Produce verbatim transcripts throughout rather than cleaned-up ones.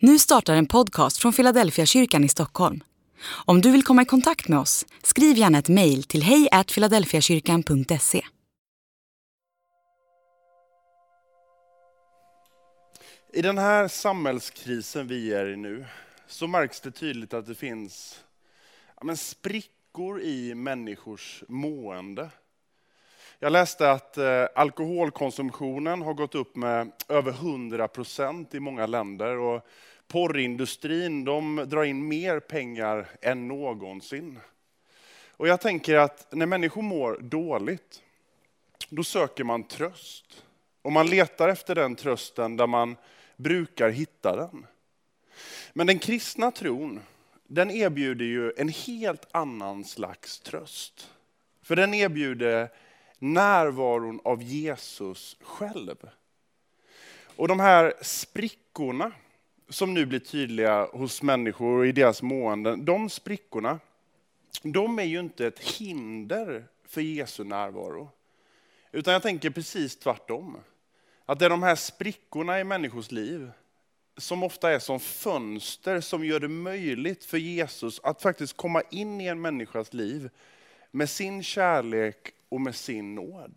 Nu startar en podcast från Philadelphia kyrkan i Stockholm. Om du vill komma i kontakt med oss, skriv gärna ett mejl till hej at philadelphiakyrkan punkt se. I den här samhällskrisen vi är i nu så märks det tydligt att det finns ja, men sprickor i människors mående. Jag läste att eh, alkoholkonsumtionen har gått upp med över hundra procent i många länder och porrindustrin de drar in mer pengar än någonsin. Och jag tänker att när människor mår dåligt, då söker man tröst. Och man letar efter den trösten där man brukar hitta den. Men den kristna tron, den erbjuder ju en helt annan slags tröst. För den erbjuder närvaron av Jesus själv. Och de här sprickorna som nu blir tydliga hos människor och i deras måenden, de sprickorna, de är ju inte ett hinder för Jesu närvaro. Utan jag tänker precis tvärtom. Att det är de här sprickorna i människors liv som ofta är som fönster som gör det möjligt för Jesus att faktiskt komma in i en människas liv med sin kärlek och med sin nåd.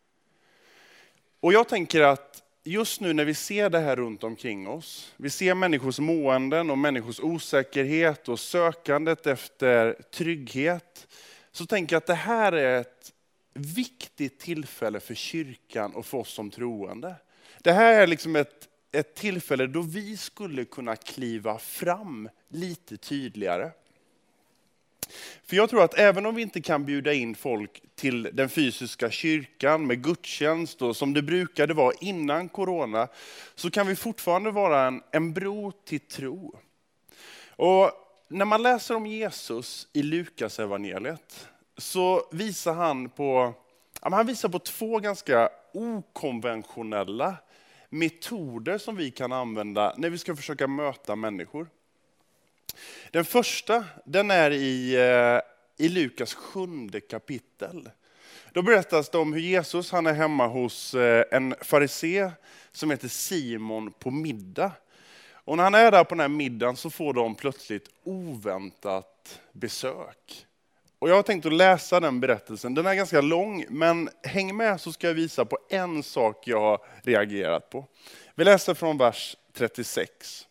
Och jag tänker att just nu när vi ser det här runt omkring oss, vi ser människors måenden och människors osäkerhet och sökandet efter trygghet, så tänker jag att det här är ett viktigt tillfälle för kyrkan och för oss som troende. Det här är liksom ett, ett tillfälle då vi skulle kunna kliva fram lite tydligare. För jag tror att även om vi inte kan bjuda in folk till den fysiska kyrkan med gudstjänst och som det brukade vara innan corona, så kan vi fortfarande vara en, en bro till tro. Och när man läser om Jesus i Lukas evangeliet så visar han på, han visar på två ganska okonventionella metoder som vi kan använda när vi ska försöka möta människor. Den första, den är i, i Lukas sjunde kapitel. Då berättas det om hur Jesus han är hemma hos en farisé som heter Simon på middag. Och när han är där på den här middagen så får de plötsligt oväntat besök. Och jag har tänkt att läsa den berättelsen. Den är ganska lång, men häng med så ska jag visa på en sak jag har reagerat på. Vi läser från vers trettiosex.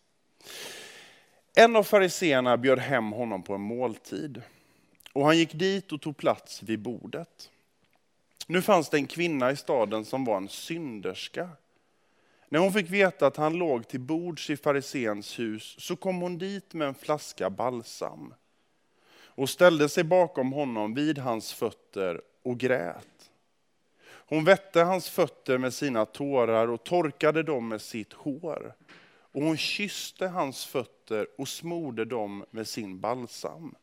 En av fariseerna bjöd hem honom på en måltid. Och han gick dit och tog plats vid bordet. Nu fanns det en kvinna i staden som var en synderska. När hon fick veta att han låg till bords i fariseens hus så kom hon dit med en flaska balsam. Och ställde sig bakom honom vid hans fötter och grät. Hon vätte hans fötter med sina tårar och torkade dem med sitt hår. Och hon kysste hans fötter och smorde dem med sin balsam.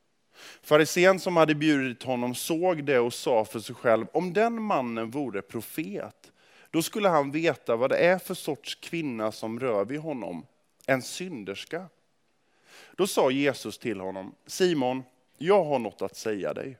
Farisén som hade bjudit honom såg det och sa för sig själv, om den mannen vore profet, då skulle han veta vad det är för sorts kvinna som rör vid honom, en synderska. Då sa Jesus till honom, Simon, jag har något att säga dig.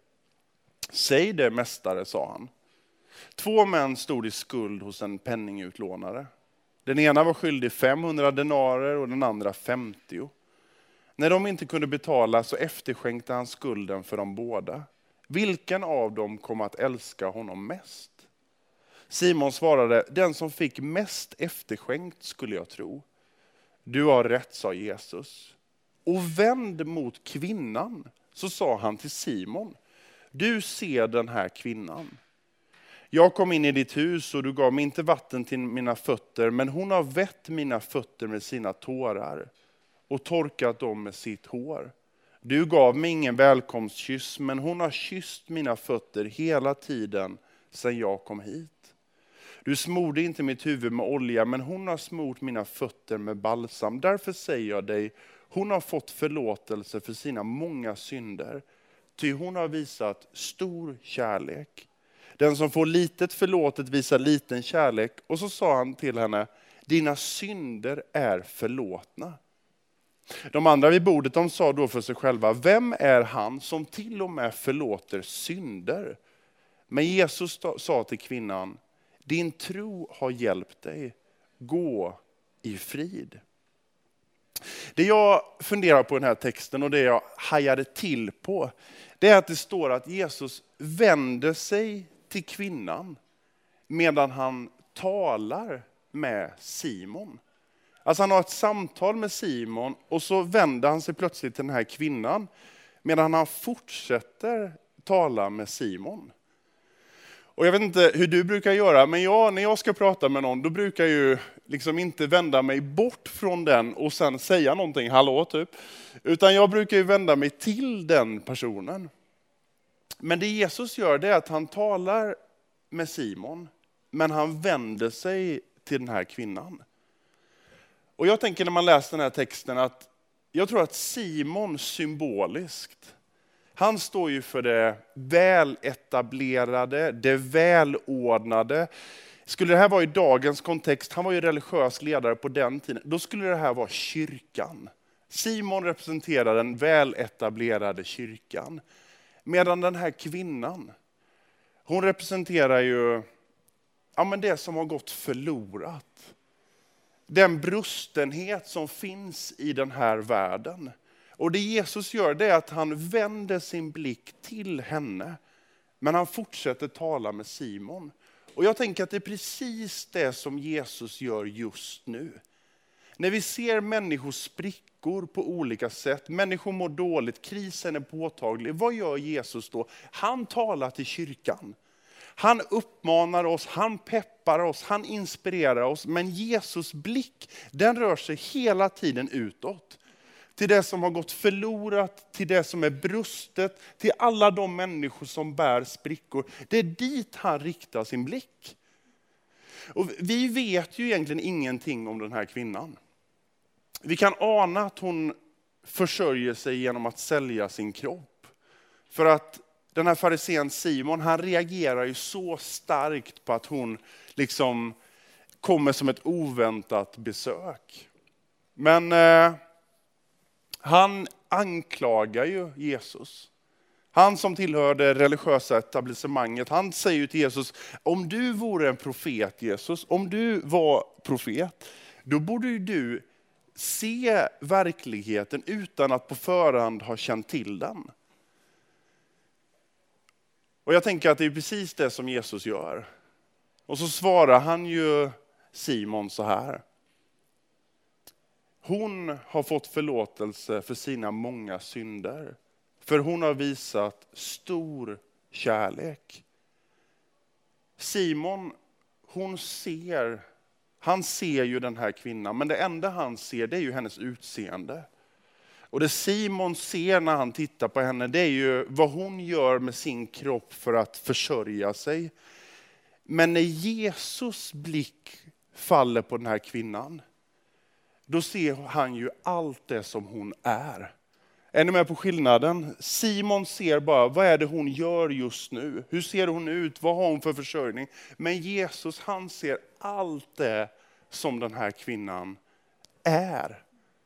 Säg det, mästare, sa han. Två män stod i skuld hos en penningutlånare. Den ena var skyldig femhundra denarer och den andra femtio. När de inte kunde betala så efterskänkte han skulden för dem båda. Vilken av dem kom att älska honom mest? Simon svarade, den som fick mest efterskänkt skulle jag tro. Du har rätt, sa Jesus. Och vänd mot kvinnan, så sa han till Simon, du ser den här kvinnan. Jag kom in i ditt hus och du gav mig inte vatten till mina fötter, men hon har vätt mina fötter med sina tårar och torkat dem med sitt hår. Du gav mig ingen välkomstkyss, men hon har kysst mina fötter hela tiden sedan jag kom hit. Du smorde inte mitt huvud med olja, men hon har smort mina fötter med balsam. Därför säger jag dig, hon har fått förlåtelse för sina många synder, ty hon har visat stor kärlek. Den som får litet förlåtet visar liten kärlek. Och så sa han till henne, dina synder är förlåtna. De andra vid bordet de sa då för sig själva, vem är han som till och med förlåter synder? Men Jesus sa till kvinnan, din tro har hjälpt dig, gå i frid. Det jag funderar på i den här texten och det jag hajade till på, det är att det står att Jesus vänder sig till kvinnan medan han talar med Simon. Alltså han har ett samtal med Simon och så vänder han sig plötsligt till den här kvinnan medan han fortsätter tala med Simon. Och jag vet inte hur du brukar göra, men jag, när jag ska prata med någon, då brukar jag ju liksom inte vända mig bort från den och sen säga någonting, hallå typ. Utan jag brukar ju vända mig till den personen. Men det Jesus gör, det är att han talar med Simon, men han vänder sig till den här kvinnan. Och jag tänker när man läser den här texten att jag tror att Simon symboliskt, han står ju för det väletablerade, det välordnade. Skulle det här vara i dagens kontext, han var ju religiös ledare på den tiden, då skulle det här vara kyrkan. Simon representerar den väletablerade kyrkan. Medan den här kvinnan, hon representerar ju ja, men det som har gått förlorat. Den brustenhet som finns i den här världen. Och det Jesus gör, det är att han vänder sin blick till henne. Men han fortsätter tala med Simon. Och jag tänker att det är precis det som Jesus gör just nu. När vi ser människor sprickor på olika sätt, människor mår dåligt, krisen är påtaglig. Vad gör Jesus då? Han talar till kyrkan. Han uppmanar oss, han peppar oss, han inspirerar oss. Men Jesus blick, den rör sig hela tiden utåt. Till det som har gått förlorat, till det som är brustet, till alla de människor som bär sprickor. Det är dit han riktar sin blick. Och vi vet ju egentligen ingenting om den här kvinnan. Vi kan ana att hon försörjer sig genom att sälja sin kropp. För att den här farisén Simon, han reagerar ju så starkt på att hon liksom kommer som ett oväntat besök. Men eh, han anklagar ju Jesus. Han som tillhör det religiösa etablissemanget, han säger ju till Jesus, om du vore en profet Jesus, om du var profet, då borde ju du se verkligheten utan att på förhand ha känt till den. Och jag tänker att det är precis det som Jesus gör. Och så svarar han ju Simon så här. Hon har fått förlåtelse för sina många synder. För hon har visat stor kärlek. Simon, hon ser, han ser ju den här kvinnan. Men det enda han ser, det är ju hennes utseende. Och det Simon ser när han tittar på henne, det är ju vad hon gör med sin kropp för att försörja sig. Men när Jesus blick faller på den här kvinnan, då ser han ju allt det som hon är. Är ni med på skillnaden? Simon ser bara, vad är det hon gör just nu? Hur ser hon ut? Vad har hon för försörjning? Men Jesus, han ser allt det som den här kvinnan är.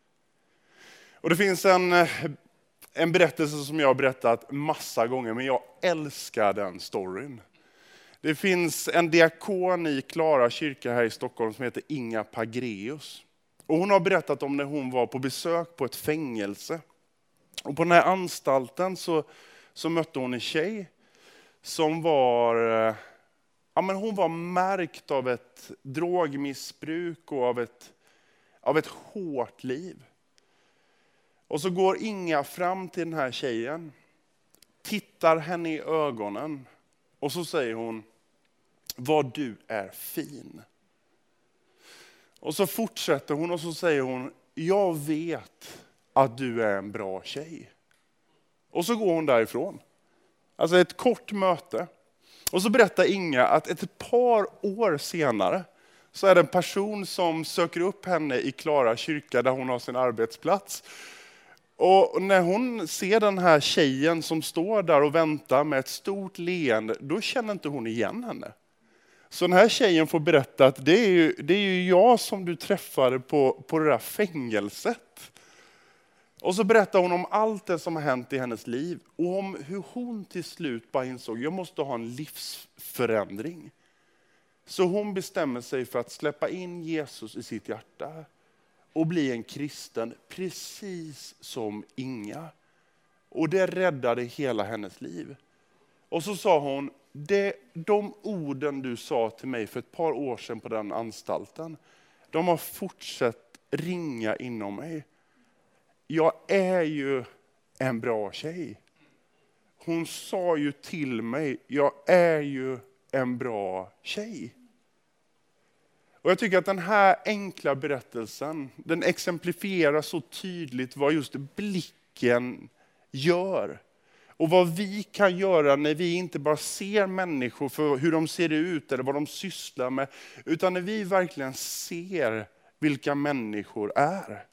Och det finns en, en berättelse som jag har berättat massa gånger, men jag älskar den storyn. Det finns en diakon i Klara kyrka här i Stockholm som heter Inga Pagreus. Och hon har berättat om när hon var på besök på ett fängelse. Och på den här anstalten så, så mötte hon en tjej som var, ja men hon var märkt av ett drogmissbruk och av ett, av ett hårt liv. Och så går Inga fram till den här tjejen, tittar henne i ögonen och så säger hon, vad du är fin. Och så fortsätter hon och så säger hon, jag vet att du är en bra tjej. Och så går hon därifrån. Alltså ett kort möte. Och så berättar Inga att ett par år senare så är det en person som söker upp henne i Klara kyrka där hon har sin arbetsplats. Och när hon ser den här tjejen som står där och väntar med ett stort leende, då känner inte hon igen henne. Så den här tjejen får berätta att det är ju, det är ju jag som du träffade på, på det där fängelset. Och så berättar hon om allt det som har hänt i hennes liv. Och om hur hon till slut bara insåg, jag måste ha en livsförändring. Så hon bestämmer sig för att släppa in Jesus i sitt hjärta. och bli en kristen precis som Inga. Och det räddade hela hennes liv. Och så sa hon, det, de orden du sa till mig för ett par år sedan på den anstalten, de har fortsatt ringa inom mig. Jag är ju en bra tjej. Hon sa ju till mig, jag är ju en bra tjej. Och jag tycker att den här enkla berättelsen, den exemplifierar så tydligt vad just blicken gör. Och vad vi kan göra när vi inte bara ser människor för hur de ser ut eller vad de sysslar med, utan när vi verkligen ser vilka människor är.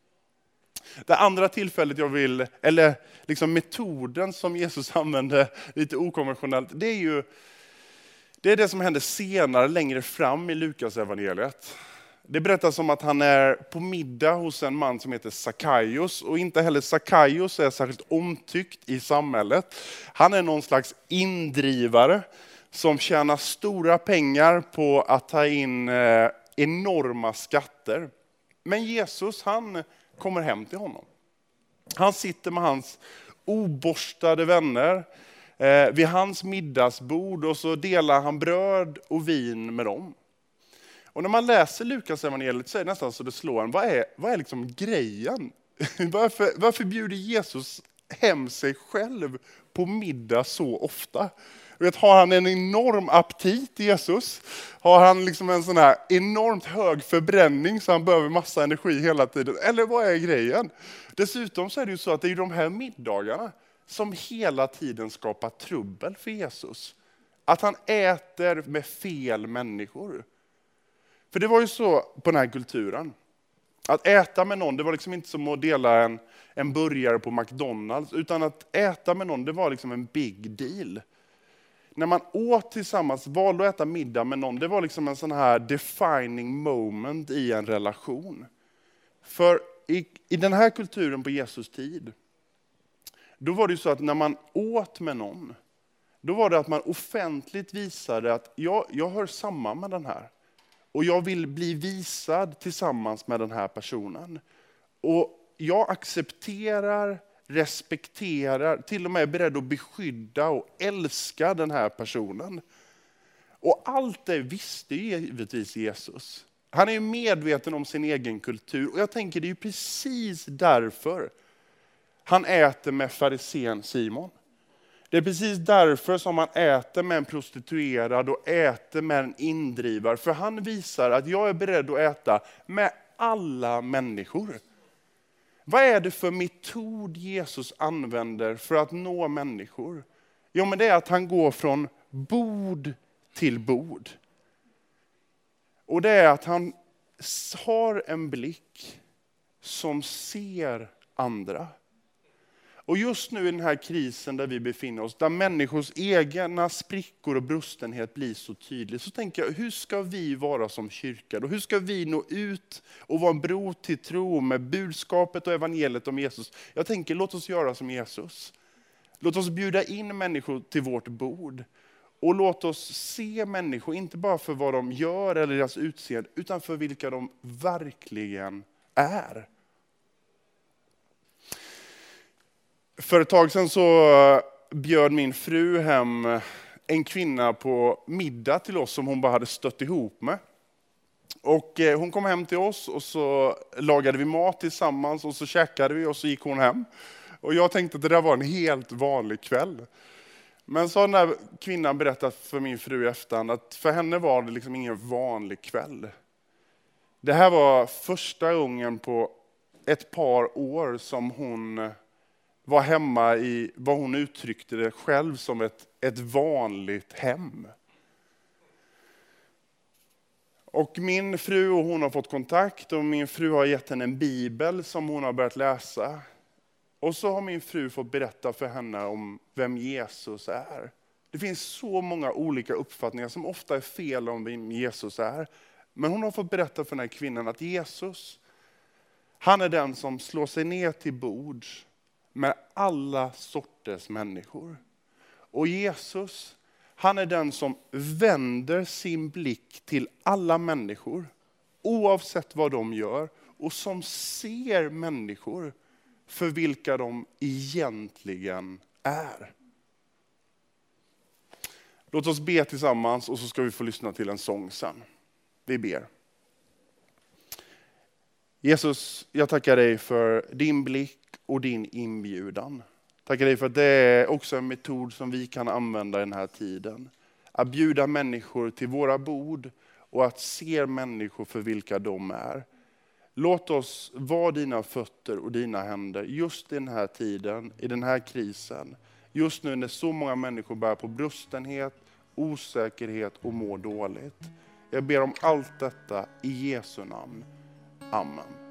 Det andra tillfället jag vill, eller liksom metoden som Jesus använde lite okonventionellt, det är ju det är det som händer senare, längre fram i Lukas evangeliet. Det berättas om att han är på middag hos en man som heter Sackaios, och inte heller Sackaios är särskilt omtyckt i samhället. Han är någon slags indrivare som tjänar stora pengar på att ta in eh, enorma skatter. Men Jesus, han kommer hem till honom. Han sitter med hans oborstade vänner eh, vid hans middagsbord, och så delar han bröd och vin med dem. Och när man läser Lukas evangeliet så är det nästan så det slår en. Vad är, vad är liksom grejen? Varför, varför bjuder Jesus hem sig själv på middag så ofta? Vet, har han en enorm aptit, Jesus? Har han liksom en sån här enormt hög förbränning så han behöver massa energi hela tiden? Eller vad är grejen? Dessutom så är det ju så att det är de här middagarna som hela tiden skapar trubbel för Jesus. Att han äter med fel människor. För det var ju så på den här kulturen. Att äta med någon, det var liksom inte som att dela en, en burgare på McDonalds. Utan att äta med någon, det var liksom en big deal. När man åt tillsammans, valde att äta middag med någon, det var liksom en sån här defining moment i en relation. För i, i den här kulturen på Jesus tid, då var det ju så att när man åt med någon, då var det att man offentligt visade att jag, jag hör samman med den här. Och jag vill bli visad tillsammans med den här personen. Och jag accepterar, respekterar, till och med är beredd att beskydda och älska den här personen. Och allt det visste givetvis Jesus. Han är ju medveten om sin egen kultur. Och jag tänker det är ju precis därför han äter med farisén Simon. Det är precis därför som han äter med en prostituerad och äter med en indrivare. För han visar att jag är beredd att äta med alla människor. Vad är det för metod Jesus använder för att nå människor? Jo, men det är att han går från bord till bord. Och det är att han har en blick som ser andra. Och just nu i den här krisen där vi befinner oss, där människors egna sprickor och brustenhet blir så tydlig, så tänker jag, hur ska vi vara som kyrka? Och hur ska vi nå ut och vara en bro till tro med budskapet och evangeliet om Jesus? Jag tänker, låt oss göra som Jesus. Låt oss bjuda in människor till vårt bord. Och låt oss se människor, inte bara för vad de gör eller deras utseende, utan för vilka de verkligen är. För ett tag sedan så bjöd min fru hem en kvinna på middag till oss som hon bara hade stött ihop med. Och hon kom hem till oss och så lagade vi mat tillsammans och så käkade vi och så gick hon hem. Och jag tänkte att det där var en helt vanlig kväll. Men så har den där kvinnan berättat för min fru i efterhand att för henne var det liksom ingen vanlig kväll. Det här var första gången på ett par år som hon var hemma i vad hon uttryckte det själv som ett, ett vanligt hem. Och min fru och hon har fått kontakt och min fru har gett henne en bibel som hon har börjat läsa. Och så har min fru fått berätta för henne om vem Jesus är. Det finns så många olika uppfattningar som ofta är fel om vem Jesus är. Men hon har fått berätta för den här kvinnan att Jesus, han är den som slår sig ner till bords med alla sorters människor. Och Jesus, han är den som vänder sin blick till alla människor, oavsett vad de gör, och som ser människor för vilka de egentligen är. Låt oss be tillsammans och så ska vi få lyssna till en sång sen. Vi ber. Jesus, jag tackar dig för din blick och din inbjudan. Tackar dig för att det är också en metod som vi kan använda i den här tiden. Att bjuda människor till våra bord och att se människor för vilka de är. Låt oss vara dina fötter och dina händer just i den här tiden, i den här krisen. Just nu när så många människor bär på brustenhet, osäkerhet och mår dåligt. Jag ber om allt detta i Jesu namn. Amen.